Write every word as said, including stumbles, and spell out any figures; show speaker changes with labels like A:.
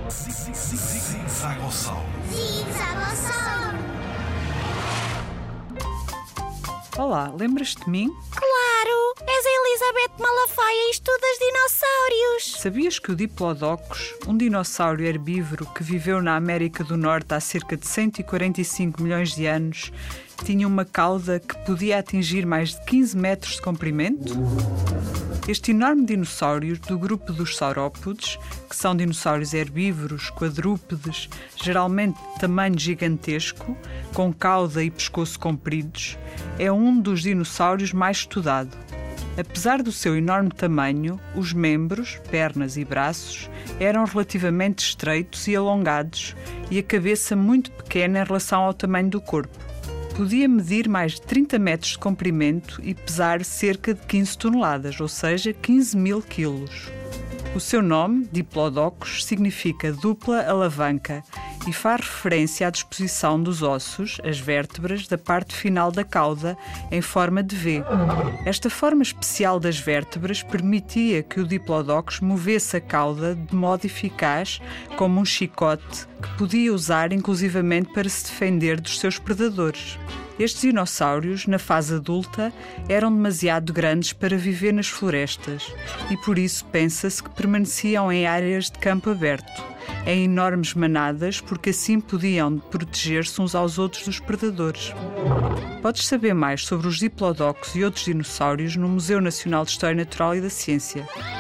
A: Zigzagossauro.
B: Zigzagossauro.
C: Olá, lembras-te de mim?
B: Claro! És a Elizabeth Malafaia e estudas dinossauros.
C: Sabias que o Diplodocus, um dinossauro herbívoro que viveu na América do Norte há cerca de cento e quarenta e cinco milhões de anos, tinha uma cauda que podia atingir mais de quinze metros de comprimento? Este enorme dinossauro do grupo dos saurópodes, que são dinossauros herbívoros, quadrúpedes, geralmente de tamanho gigantesco, com cauda e pescoço compridos, é um dos dinossauros mais estudado. Apesar do seu enorme tamanho, os membros, pernas e braços, eram relativamente estreitos e alongados e a cabeça muito pequena em relação ao tamanho do corpo. Podia medir mais de trinta metros de comprimento e pesar cerca de quinze toneladas, ou seja, quinze mil quilos. O seu nome, Diplodocus, significa dupla alavanca e faz referência à disposição dos ossos, as vértebras, da parte final da cauda, em forma de V. Esta forma especial das vértebras permitia que o Diplodocus movesse a cauda de modo eficaz, como um chicote, que podia usar inclusivamente para se defender dos seus predadores. Estes dinossauros, na fase adulta, eram demasiado grandes para viver nas florestas e por isso pensa-se que permaneciam em áreas de campo aberto, em enormes manadas, porque assim podiam proteger-se uns aos outros dos predadores. Podes saber mais sobre os Diplodocus e outros dinossauros no Museu Nacional de História Natural e da Ciência.